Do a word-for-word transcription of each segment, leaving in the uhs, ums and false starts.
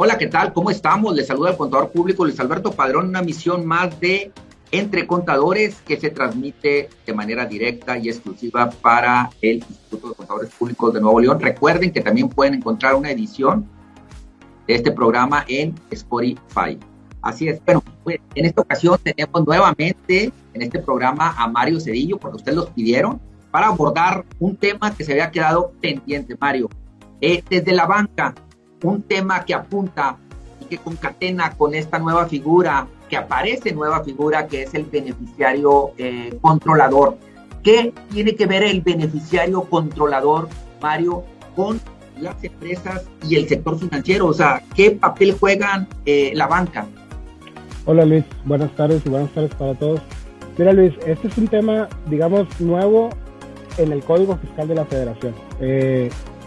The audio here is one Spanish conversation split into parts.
Hola, ¿qué tal? ¿Cómo estamos? Les saluda el contador público Luis Alberto Padrón, una misión más de Entre Contadores que se transmite de manera directa y exclusiva para el Instituto de Contadores Públicos de Nuevo León. Recuerden que también pueden encontrar una edición de este programa en Spotify. Así es. Bueno, pues, en esta ocasión tenemos nuevamente en este programa a Mario Cedillo, porque ustedes los pidieron, para abordar un tema que se había quedado pendiente, Mario. Eh, desde la banca, un tema que apunta y que concatena con esta nueva figura, que aparece nueva figura, que es el beneficiario eh, controlador. ¿Qué tiene que ver el beneficiario controlador, Mario, con las empresas y el sector financiero? O sea, ¿qué papel juegan eh, la banca? Hola Luis, buenas tardes y buenas tardes para todos. Mira Luis, este es un tema, digamos, nuevo en el Código Fiscal de la Federación. Eh,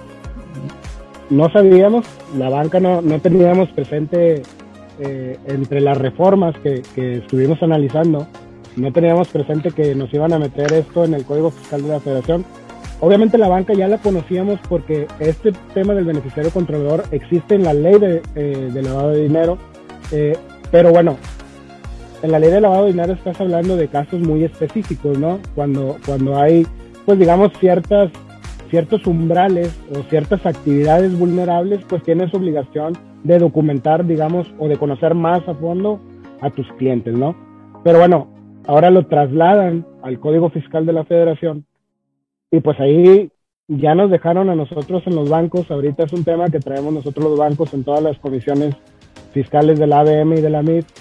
no sabíamos, la banca no, no teníamos presente eh, entre las reformas que, que estuvimos analizando, no teníamos presente que nos iban a meter esto en el Código Fiscal de la Federación. Obviamente la banca ya la conocíamos porque este tema del beneficiario controlador existe en la ley de, eh, de lavado de dinero, eh, pero bueno, en la ley de lavado de dinero estás hablando de casos muy específicos, ¿no? Cuando, cuando hay, pues digamos, ciertas, ciertos umbrales o ciertas actividades vulnerables, pues tienes obligación de documentar, digamos, o de conocer más a fondo a tus clientes, ¿no? Pero bueno, ahora lo trasladan al Código Fiscal de la Federación y pues ahí ya nos dejaron a nosotros en los bancos. Ahorita es un tema que traemos nosotros los bancos en todas las comisiones fiscales de la A B M y de la M I T.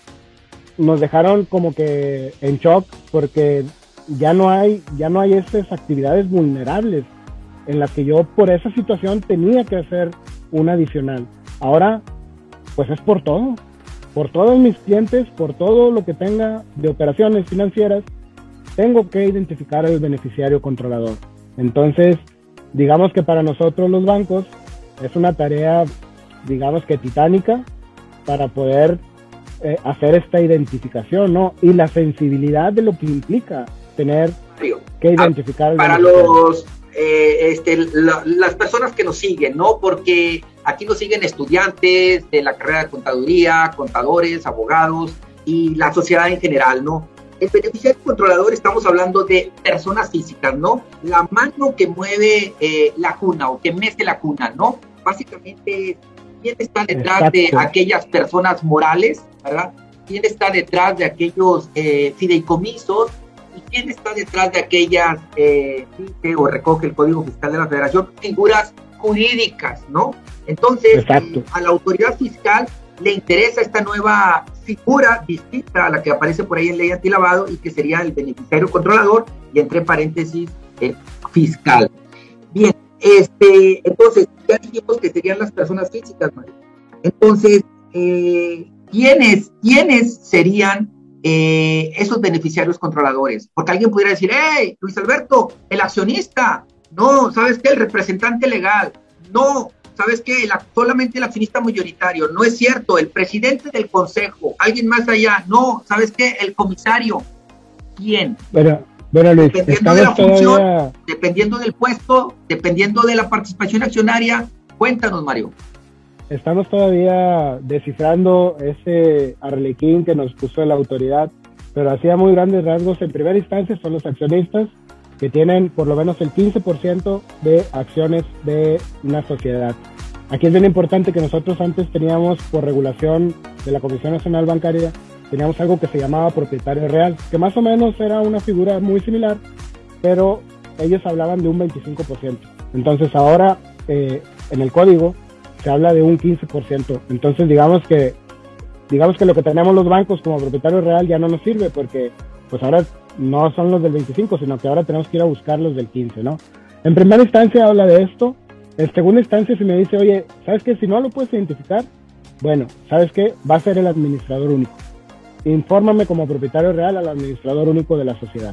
Nos dejaron como que en shock porque ya no hay, ya no hay estas actividades vulnerables en las que yo por esa situación tenía que hacer un adicional. Ahora, pues es por todo, por todos mis clientes, por todo lo que tenga de operaciones financieras, tengo que identificar al beneficiario controlador. Entonces, digamos que para nosotros los bancos es una tarea, digamos que titánica, para poder eh, hacer esta identificación, ¿no? Y la sensibilidad de lo que implica tener que identificar al para los eh, este, la, las personas que nos siguen, ¿no? Porque aquí nos siguen estudiantes de la carrera de contaduría, contadores, abogados y la sociedad en general, ¿no? El beneficiario controlador, estamos hablando de personas físicas, ¿no? La mano que mueve eh, la cuna o que mece la cuna, ¿no? Básicamente, ¿quién está detrás Exacto. de aquellas personas morales, ¿verdad? ¿Quién está detrás de aquellos eh, fideicomisos? ¿Y quién está detrás de aquellas, eh, dice o recoge el Código Fiscal de la Federación, figuras jurídicas, ¿no? Entonces, eh, a la autoridad fiscal le interesa esta nueva figura distinta a la que aparece por ahí en ley antilavado y que sería el beneficiario controlador y entre paréntesis eh, fiscal. Bien, este, entonces ya dijimos que serían las personas físicas, Mario. Entonces, eh, ¿quiénes, quiénes serían eh, esos beneficiarios controladores? Porque alguien pudiera decir, hey, Luis Alberto, el accionista, no, ¿sabes qué? El representante legal, no, ¿sabes qué? La, solamente el accionista mayoritario, no es cierto, el presidente del consejo, alguien más allá, no, ¿sabes qué? El comisario, ¿quién? Bueno, bueno Luis, dependiendo de la función, todavía... dependiendo del puesto, dependiendo de la participación accionaria, cuéntanos, Mario. Estamos todavía descifrando ese arlequín que nos puso la autoridad, pero así a muy grandes rasgos, en primera instancia son los accionistas que tienen por lo menos el quince por ciento de acciones de una sociedad. Aquí es bien importante que nosotros antes teníamos, por regulación de la Comisión Nacional Bancaria, teníamos algo que se llamaba propietario real, que más o menos era una figura muy similar, pero ellos hablaban de un veinticinco por ciento. Entonces ahora eh, en el código se habla de un quince por ciento. Entonces digamos que digamos que lo que tenemos los bancos como propietario real ya no nos sirve, porque pues ahora no son los del veinticinco, sino que ahora tenemos que ir a buscar los del quince, ¿no? En primera instancia habla de esto. En segunda instancia, si me dice, oye, ¿sabes qué? Si no lo puedes identificar, bueno, ¿sabes qué? Va a ser el administrador único. Infórmame como propietario real al administrador único de la sociedad.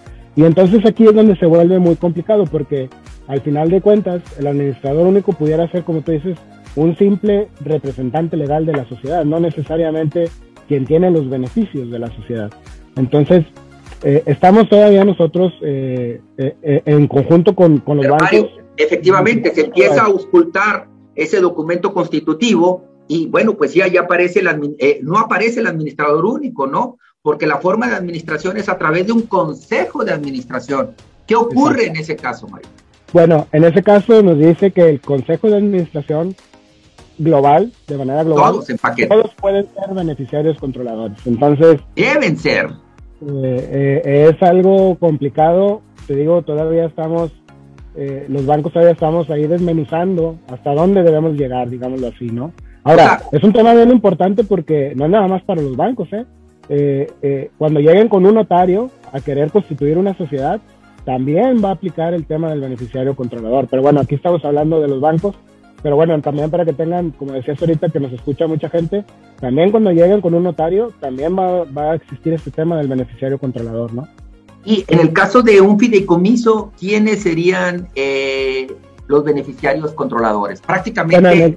Y entonces aquí es donde se vuelve muy complicado, porque al final de cuentas, el administrador único pudiera ser, como tú dices, un simple representante legal de la sociedad, no necesariamente quien tiene los beneficios de la sociedad. Entonces, eh, estamos todavía nosotros eh, eh, eh, en conjunto con, con los Pero bancos. Mario, efectivamente, se empieza a auscultar ese documento constitutivo Y bueno, pues ya, ya aparece, el, eh, no aparece el administrador único, ¿no? Porque la forma de administración es a través de un consejo de administración. ¿Qué ocurre Exacto. en ese caso, Mario? Bueno, en ese caso nos dice que el consejo de administración global, de manera global, todos, en paquete. todos pueden ser beneficiarios controladores. Entonces, deben ser. Eh, eh, es algo complicado, te digo, todavía estamos, eh, los bancos todavía estamos ahí desmenuzando hasta dónde debemos llegar, digámoslo así, ¿no? Ahora, o sea, es un tema bien importante porque no es nada más para los bancos, ¿eh? Eh, eh, cuando lleguen con un notario a querer constituir una sociedad, también va a aplicar el tema del beneficiario controlador. Pero bueno, aquí estamos hablando de los bancos, pero bueno, también para que tengan, como decías ahorita, que nos escucha mucha gente, también cuando lleguen con un notario, también va, va a existir este tema del beneficiario controlador, ¿no? Y en el caso de un fideicomiso, ¿quiénes serían eh, los beneficiarios controladores? Prácticamente... Bueno, en, el,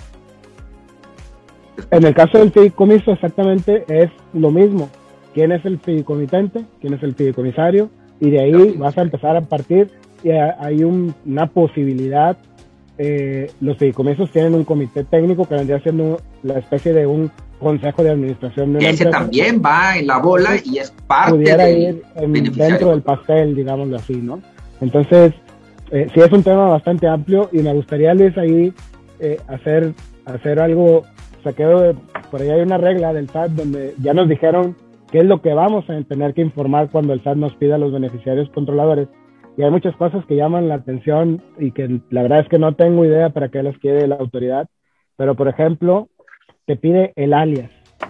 en el caso del fideicomiso, exactamente es lo mismo. ¿Quién es el fideicomitente? ¿Quién es el fideicomisario? Y de ahí vas a empezar a partir, y hay un, una posibilidad. Eh, los fideicomisos tienen un comité técnico que vendría siendo la especie de un consejo de administración de una Ese empresa. También va en la bola y es parte pudiera del ir en, dentro del pastel, digámoslo así, ¿no? Entonces, eh, sí es un tema bastante amplio y me gustaría, Luis, ahí eh, hacer, hacer algo, saqueo de, por ahí hay una regla del S A T donde ya nos dijeron qué es lo que vamos a tener que informar cuando el S A T nos pida a los beneficiarios controladores. Y hay muchas cosas que llaman la atención y que la verdad es que no tengo idea para qué las quiere la autoridad. Pero, por ejemplo, te pide el alias.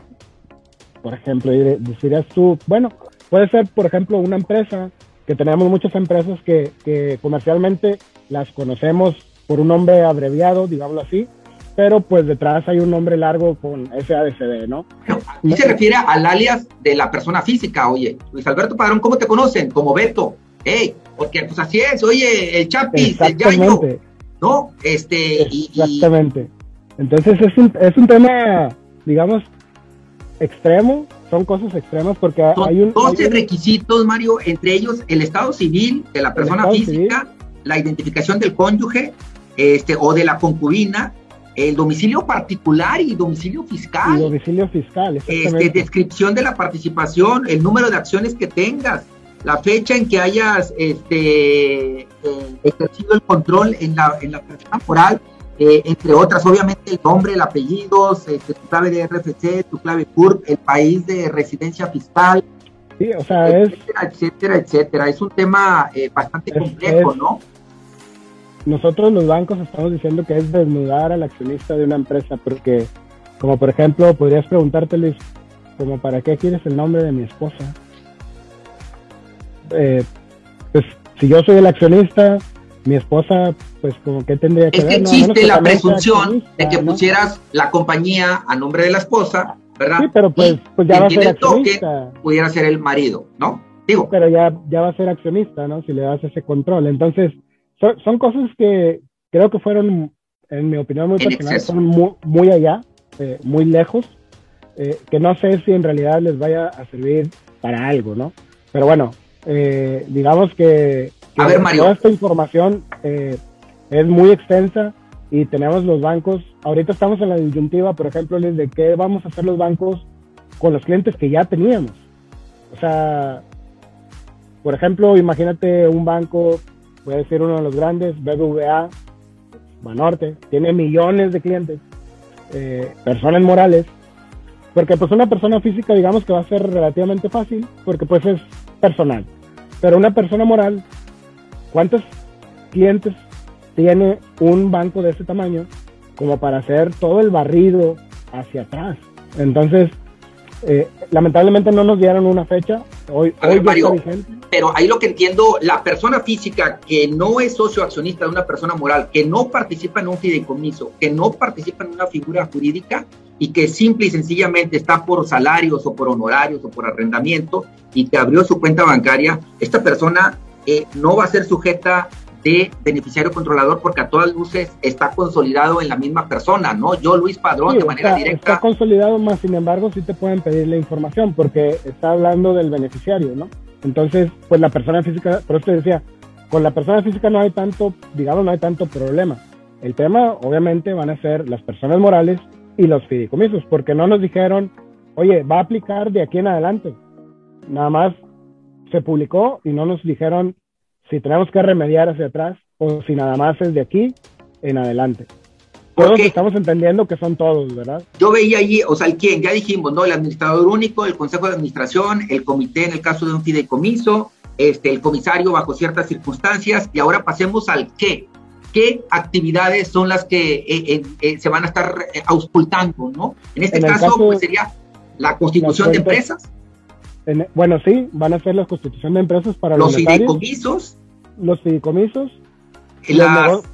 Por ejemplo, y decirías tú, bueno, puede ser, por ejemplo, una empresa, que tenemos muchas empresas que, que comercialmente las conocemos por un nombre abreviado, digámoslo así, pero pues detrás hay un nombre largo con S A D C D, ¿no? No, aquí se refiere al alias de la persona física. Oye, Luis Alberto Padrón, ¿cómo te conocen? Como Beto. Hey, porque pues así es, oye, el Chapis, el Yayo, ¿no? Este, Exactamente. Y, y... Entonces es un, es un tema, digamos, extremo, son cosas extremas porque son hay un... doce hay un... requisitos, Mario, entre ellos el estado civil de la persona física, civil. La identificación del cónyuge, este, o de la concubina, el domicilio particular y domicilio fiscal. Y domicilio fiscal, este, descripción de la participación, el número de acciones que tengas, la fecha en que hayas este, eh, ejercido el control en la, en la persona moral, eh, entre otras, obviamente el nombre, el apellido, este, tu clave de R F C, tu clave C U R P, el país de residencia fiscal, sí, o sea, etcétera, es, etcétera, etcétera. Es un tema eh, bastante es, complejo, es, ¿no? Nosotros los bancos estamos diciendo que es desnudar al accionista de una empresa, porque, como por ejemplo, podrías preguntarte, Luis, como ¿para qué quieres el nombre de mi esposa? Eh, pues si yo soy el accionista, mi esposa, pues como que tendría que es ver, que ¿no? existe la presunción de que ¿no? pusieras la compañía a nombre de la esposa, ¿verdad? Sí, pero pues, pues ya va a ser accionista. Token, pudiera ser el marido, ¿no? Digo. Pero ya, ya va a ser accionista, ¿no? Si le das ese control. Entonces, son, son cosas que creo que fueron, en mi opinión muy personal, fueron muy, muy allá, eh, muy lejos, eh, que no sé si en realidad les vaya a servir para algo, ¿no? Pero bueno, eh, digamos que, que a ver, Mario, toda esta información eh, es muy extensa y tenemos los bancos, ahorita estamos en la disyuntiva, por ejemplo, de qué vamos a hacer los bancos con los clientes que ya teníamos. O sea, por ejemplo, imagínate un banco, voy a decir uno de los grandes, B B V A, Banorte, tiene millones de clientes, eh, personas morales, porque pues una persona física digamos que va a ser relativamente fácil, porque pues es personal, pero una persona moral, ¿cuántos clientes tiene un banco de ese tamaño como para hacer todo el barrido hacia atrás? Entonces, eh, lamentablemente no nos dieron una fecha, hoy, a ver, hoy Mario, pero ahí lo que entiendo, la persona física que no es socio accionista de una persona moral, que no participa en un fideicomiso, que no participa en una figura jurídica y que simple y sencillamente está por salarios o por honorarios o por arrendamiento y que abrió su cuenta bancaria, esta persona eh, no va a ser sujeta de beneficiario controlador porque a todas luces está consolidado en la misma persona, ¿no? Yo, Luis Padrón, sí, de manera está, directa. Está consolidado, más sin embargo, sí te pueden pedir la información porque está hablando del beneficiario, ¿no? Entonces, pues la persona física, por eso te decía, con la persona física no hay tanto, digamos, no hay tanto problema. El tema, obviamente, van a ser las personas morales y los fideicomisos, porque no nos dijeron, oye, va a aplicar de aquí en adelante. Nada más se publicó y no nos dijeron si tenemos que remediar hacia atrás o si nada más es de aquí en adelante. Todos Porque estamos entendiendo que son todos, ¿verdad? yo veía allí, o sea, el quién, ya dijimos, ¿no? El administrador único, el consejo de administración, el comité en el caso de un fideicomiso, este, el comisario bajo ciertas circunstancias, y ahora pasemos al qué. ¿Qué actividades son las que eh, eh, eh, se van a estar eh, auscultando, ¿no? En este En el caso, caso, pues sería la constitución de cuentas, empresas, en, bueno, sí, van a ser la constitución de empresas para los los notarios, fideicomisos, los fideicomisos, las... los,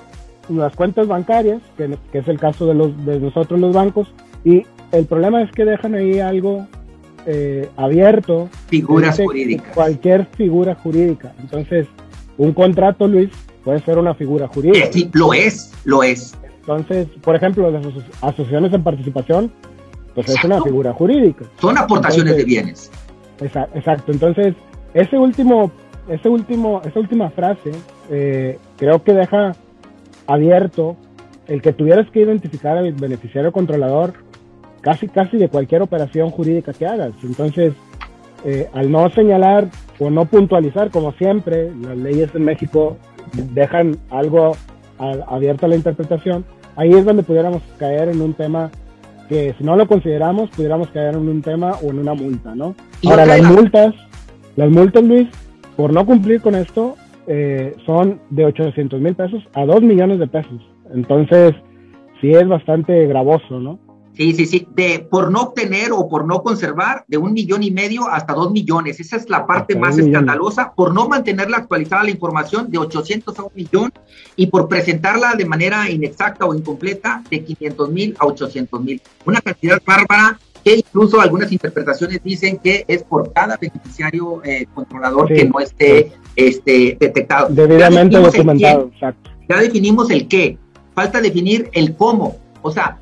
las cuentas bancarias, que, que es el caso de, los, de nosotros los bancos, y el problema es que dejan ahí algo eh, abierto, figuras dice, jurídicas. Cualquier figura jurídica. Entonces, un contrato, Luis, puede ser una figura jurídica. Eh, sí, lo es, lo es. Entonces, por ejemplo, las aso asociaciones en participación, pues Exacto. es una figura jurídica. Son aportaciones Entonces, de bienes. Exa exacto. Entonces, ese último, ese último, esa última frase, eh, creo que deja abierto el que tuvieras que identificar al beneficiario controlador casi casi de cualquier operación jurídica que hagas. Entonces, eh, al no señalar o no puntualizar, como siempre, las leyes en México dejan algo a, abierto a la interpretación, ahí es donde pudiéramos caer en un tema que, si no lo consideramos, pudiéramos caer en un tema o en una multa, ¿no? Ahora, las multas, las multas, Luis, por no cumplir con esto, eh, son de ochocientos mil pesos a dos millones de pesos. Entonces, sí es bastante gravoso, ¿no? Sí, sí, sí, de por no obtener o por no conservar de un millón y medio hasta dos millones. Esa es la parte más escandalosa, por no mantenerla actualizada la información de ochocientos a un millón y por presentarla de manera inexacta o incompleta de quinientos mil a ochocientos mil. Una cantidad bárbara que incluso algunas interpretaciones dicen que es por cada beneficiario eh, controlador sí, que no esté sí. este, detectado. Debidamente documentado, exacto. Ya definimos el qué, falta definir el cómo, o sea,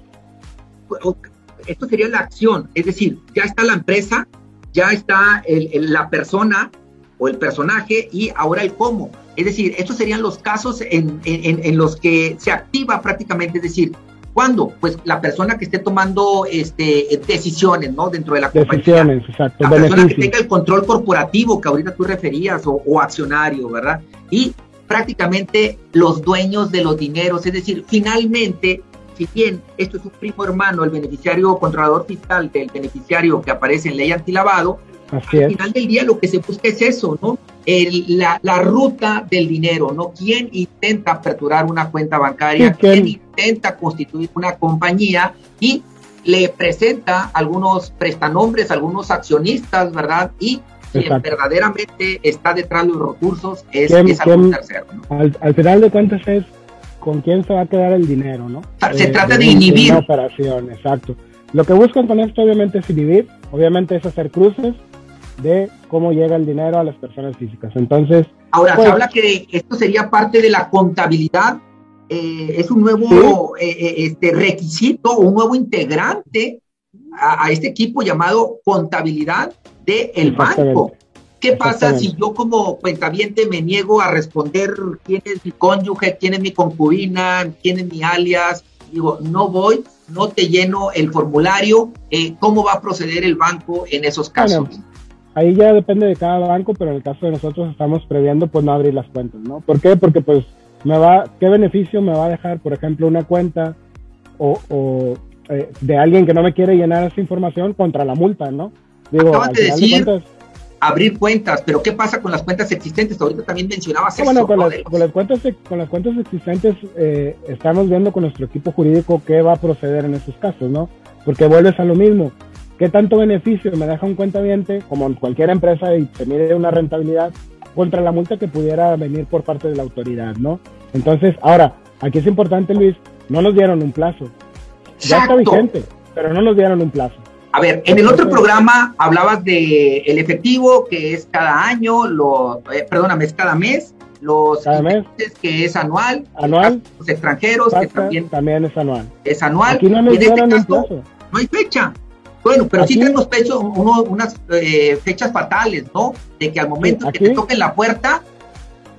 esto sería la acción, es decir, ya está la empresa, ya está el, el, la persona o el personaje y ahora el cómo. Es decir, estos serían los casos en, en, en los que se activa prácticamente, es decir, ¿cuándo? Pues la persona que esté tomando este, decisiones, ¿no? Dentro de la compañía. Decisiones, exacto. La beneficio. Persona que tenga el control corporativo que ahorita tú referías o, o accionario, ¿verdad? Y prácticamente los dueños de los dineros, es decir, finalmente, si bien esto es un primo hermano, el beneficiario controlador fiscal del beneficiario que aparece en ley antilavado, Así al es. final del día lo que se busca es eso, ¿no? El, la, la ruta del dinero, ¿no? ¿Quién intenta aperturar una cuenta bancaria? Sí, ¿Quién intenta constituir una compañía? Y le presenta algunos prestanombres, algunos accionistas, ¿verdad? Y quien Exacto. verdaderamente está detrás de los recursos es, es algún tercero, ¿no? Al, al final de cuentas es con quién se va a quedar el dinero, ¿no? Se eh, trata de, de inhibir. Una operación, exacto. Lo que buscan con esto obviamente es inhibir, obviamente es hacer cruces de cómo llega el dinero a las personas físicas. Entonces, ahora pues, se habla que esto sería parte de la contabilidad, eh, es un nuevo ¿sí? eh, este requisito, un nuevo integrante a, a este equipo llamado contabilidad del banco. ¿Qué pasa si yo como cuentaviente me niego a responder quién es mi cónyuge, quién es mi concubina, quién es mi alias? Digo, no voy, no te lleno el formulario, eh, ¿cómo va a proceder el banco en esos casos? Bueno, ahí ya depende de cada banco, pero en el caso de nosotros estamos previendo pues no abrir las cuentas, ¿no? ¿Por qué? Porque pues me va, ¿qué beneficio me va a dejar, por ejemplo, una cuenta o, o eh, de alguien que no me quiere llenar esa información contra la multa, ¿no? Digo, Acabas de decir de cuentas, abrir cuentas, pero ¿qué pasa con las cuentas existentes? Ahorita también mencionabas no, eso. Bueno, con las, con las cuentas con las cuentas existentes eh, estamos viendo con nuestro equipo jurídico qué va a proceder en esos casos, ¿no? Porque vuelves a lo mismo. ¿Qué tanto beneficio me deja un cuentaviente, como en cualquier empresa, y se mide una rentabilidad contra la multa que pudiera venir por parte de la autoridad, ¿no? Entonces, ahora, aquí es importante, Luis, no nos dieron un plazo. Ya Exacto. está vigente, pero no nos dieron un plazo. A ver, en el otro programa hablabas de el efectivo, que es cada año, lo, eh, perdóname, es cada mes, los cada mes, que es anual, anual, los extranjeros, pasa, que también, también es anual. Es anual. Aquí no nos y en este dieron caso, un plazo. No hay fecha. Bueno, pero aquí, sí tenemos pecho, uno, unas eh, fechas fatales, ¿no? De que al momento aquí, que te toquen la puerta.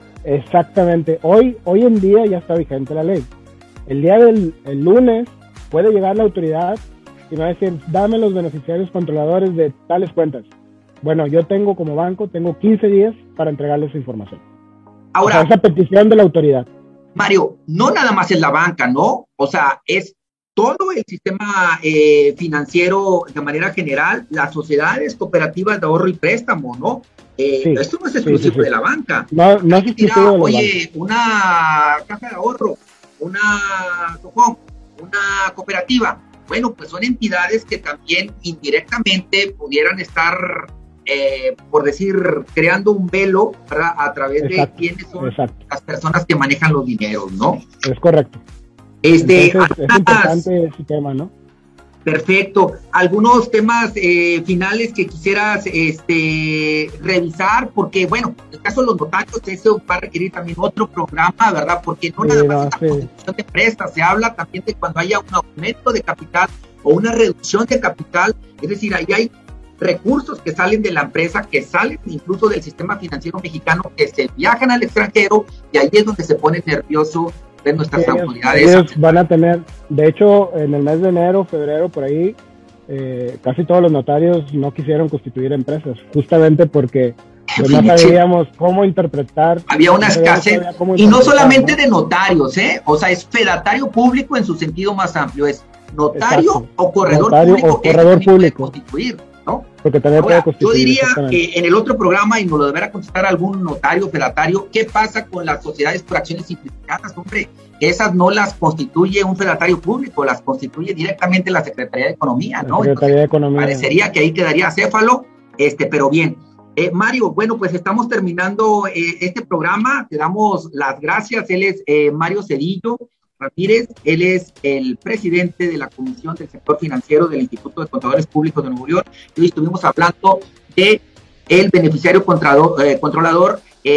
Exactamente. Hoy, hoy en día ya está vigente la ley. El día del el lunes puede llegar la autoridad y me va a decir, dame los beneficiarios controladores de tales cuentas. Bueno, yo tengo como banco, tengo quince días para entregarles esa información. Ahora, o sea, esa petición de la autoridad. Mario, no nada más es la banca, ¿no? O sea, es todo el sistema eh, financiero de manera general, las sociedades cooperativas de ahorro y préstamo, ¿no? Eh, sí, esto no es exclusivo sí, sí, sí. de la banca. No, no es exclusivo de la Oye, banca. Una caja de ahorro, una cojón, una cooperativa. Bueno, pues son entidades que también indirectamente pudieran estar, eh, por decir, creando un velo, ¿verdad? A través exacto, de quiénes son exacto. las personas que manejan los dineros, ¿no? Es correcto. Este, Entonces, es importante ese tema, ¿no? Perfecto. ¿Algunos temas eh, finales que quisieras este, revisar? Porque, bueno, el caso de los notarios, eso va a requerir también otro programa, ¿verdad? Porque no sí, nada más no, es la sí. constitución de prestas, se habla también de cuando haya un aumento de capital o una reducción de capital, es decir, ahí hay recursos que salen de la empresa, que salen incluso del sistema financiero mexicano, que se viajan al extranjero, y ahí es donde se pone nervioso de nuestras ellos, autoridades. Ellos van a tener, de hecho, en el mes de enero, febrero, por ahí, eh, casi todos los notarios no quisieron constituir empresas, justamente porque pues, no sabíamos cómo interpretar. Había una escasez, y no solamente de notarios, ¿eh? O sea, es fedatario público en su sentido más amplio, es notario Exacto. o corredor notario público o corredor que público. puede constituir, ¿no? Porque también Ahora, puede yo diría que en el otro programa, y nos lo deberá contestar algún notario fedatario, ¿qué pasa con las sociedades por acciones simplificadas? Hombre, esas no las constituye un fedatario público, las constituye directamente la Secretaría de Economía, ¿no? La Secretaría de Economía. Parecería que ahí quedaría acéfalo, este, pero bien. Eh, Mario, bueno, pues estamos terminando eh, este programa, te damos las gracias. Él es eh, Mario Cedillo Ramírez, él es el presidente de la Comisión del Sector Financiero del Instituto de Contadores Públicos de Nuevo León. Hoy estuvimos hablando de el beneficiario controlador, eh, controlador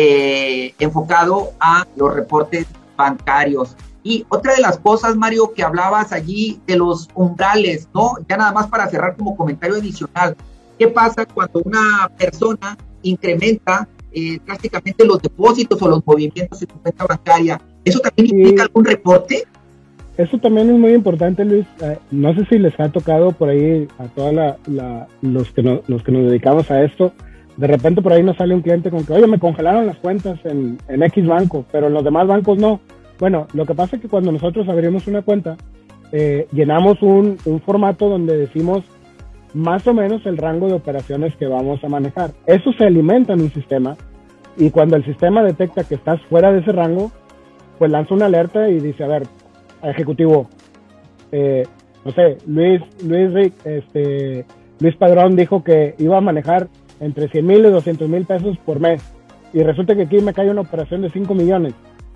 eh, enfocado a los reportes bancarios. Y otra de las cosas, Mario, que hablabas allí de los umbrales, ¿no? Ya nada más para cerrar como comentario adicional, ¿qué pasa cuando una persona incrementa eh, drásticamente los depósitos o los movimientos en su cuenta bancaria? ¿Eso también implica sí. algún reporte? Eso también es muy importante, Luis. Eh, no sé si les ha tocado por ahí a todos la, la, los, que no, los que nos dedicamos a esto. De repente por ahí nos sale un cliente con que, oye, me congelaron las cuentas en, en X banco, pero en los demás bancos no. Bueno, lo que pasa es que cuando nosotros abrimos una cuenta, eh, llenamos un, un formato donde decimos más o menos el rango de operaciones que vamos a manejar. Eso se alimenta en un sistema, y cuando el sistema detecta que estás fuera de ese rango, pues lanza una alerta y dice, a ver, ejecutivo, eh, no sé, Luis, Luis Rick, este, Luis Padrón dijo que iba a manejar entre cien mil y doscientos mil pesos por mes, y resulta que aquí me cae una operación de cinco millones.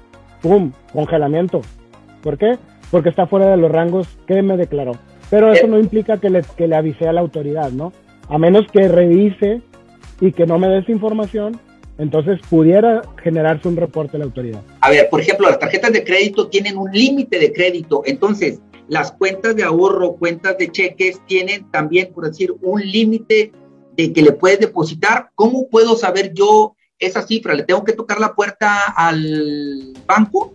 ¡Pum! Congelamiento. ¿Por qué? Porque está fuera de los rangos que me declaró. Pero eso no implica que le, que le avise a la autoridad, ¿no? A menos que revise y que no me dé esa información, entonces pudiera generarse un reporte a la autoridad. A ver, por ejemplo, las tarjetas de crédito tienen un límite de crédito, entonces las cuentas de ahorro, cuentas de cheques tienen también, por decir, un límite de que le puedes depositar. ¿Cómo puedo saber yo esa cifra? ¿Le tengo que tocar la puerta al banco?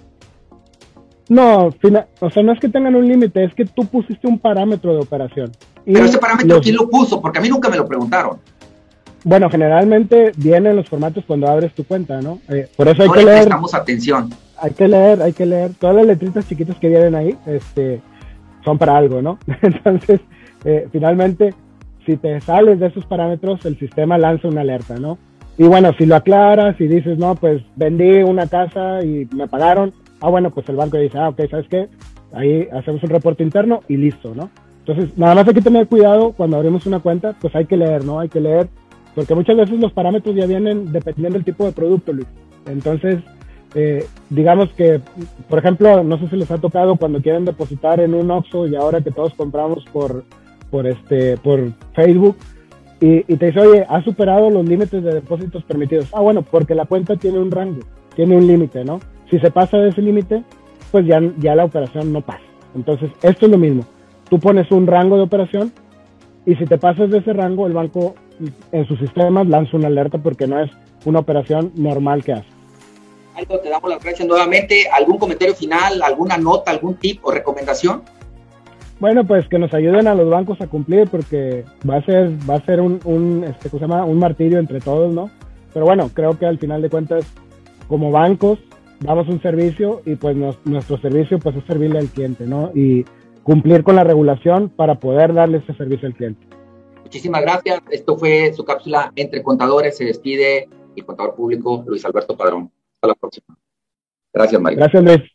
No, o sea, no es que tengan un límite, es que tú pusiste un parámetro de operación. Pero ese parámetro, los... ¿quién lo puso? Porque a mí nunca me lo preguntaron. Bueno, generalmente viene en los formatos cuando abres tu cuenta, ¿no? Eh, por eso hay no que leer. Prestamos atención. Hay que leer, hay que leer. Todas las letritas chiquitas que vienen ahí, este, son para algo, ¿no? Entonces, eh, finalmente, si te sales de esos parámetros, el sistema lanza una alerta, ¿no? Y bueno, si lo aclaras y dices, no, pues vendí una casa y me pagaron, ah, bueno, pues el banco dice, ah, ok, ¿sabes qué? Ahí hacemos un reporte interno y listo, ¿no? Entonces, nada más hay que tener cuidado cuando abrimos una cuenta, pues hay que leer, ¿no? Hay que leer, porque muchas veces los parámetros ya vienen dependiendo del tipo de producto, Luis. Entonces, eh, digamos que, por ejemplo, no sé si les ha tocado cuando quieren depositar en un Oxxo y ahora que todos compramos por, por, este, por Facebook, y, y te dice, oye, has superado los límites de depósitos permitidos. Ah, bueno, porque la cuenta tiene un rango, tiene un límite, ¿no? Si se pasa de ese límite, pues ya, ya la operación no pasa. Entonces, esto es lo mismo. Tú pones un rango de operación y si te pasas de ese rango, el banco en sus sistemas lanza una alerta porque no es una operación normal que hace. Algo, te damos las gracias nuevamente. ¿Algún comentario final, alguna nota, algún tip o recomendación? Bueno, pues que nos ayuden a los bancos a cumplir, porque va a ser, va a ser un, un, este, ¿cómo se llama? Un martirio entre todos, ¿no? Pero bueno, creo que al final de cuentas, como bancos, damos un servicio y pues nos, nuestro servicio pues es servirle al cliente, ¿no? Y cumplir con la regulación para poder darle ese servicio al cliente. Muchísimas gracias. Esto fue su cápsula Entre Contadores. Se despide el contador público Luis Alberto Padrón. Hasta la próxima. Gracias, Mario. Gracias, Luis.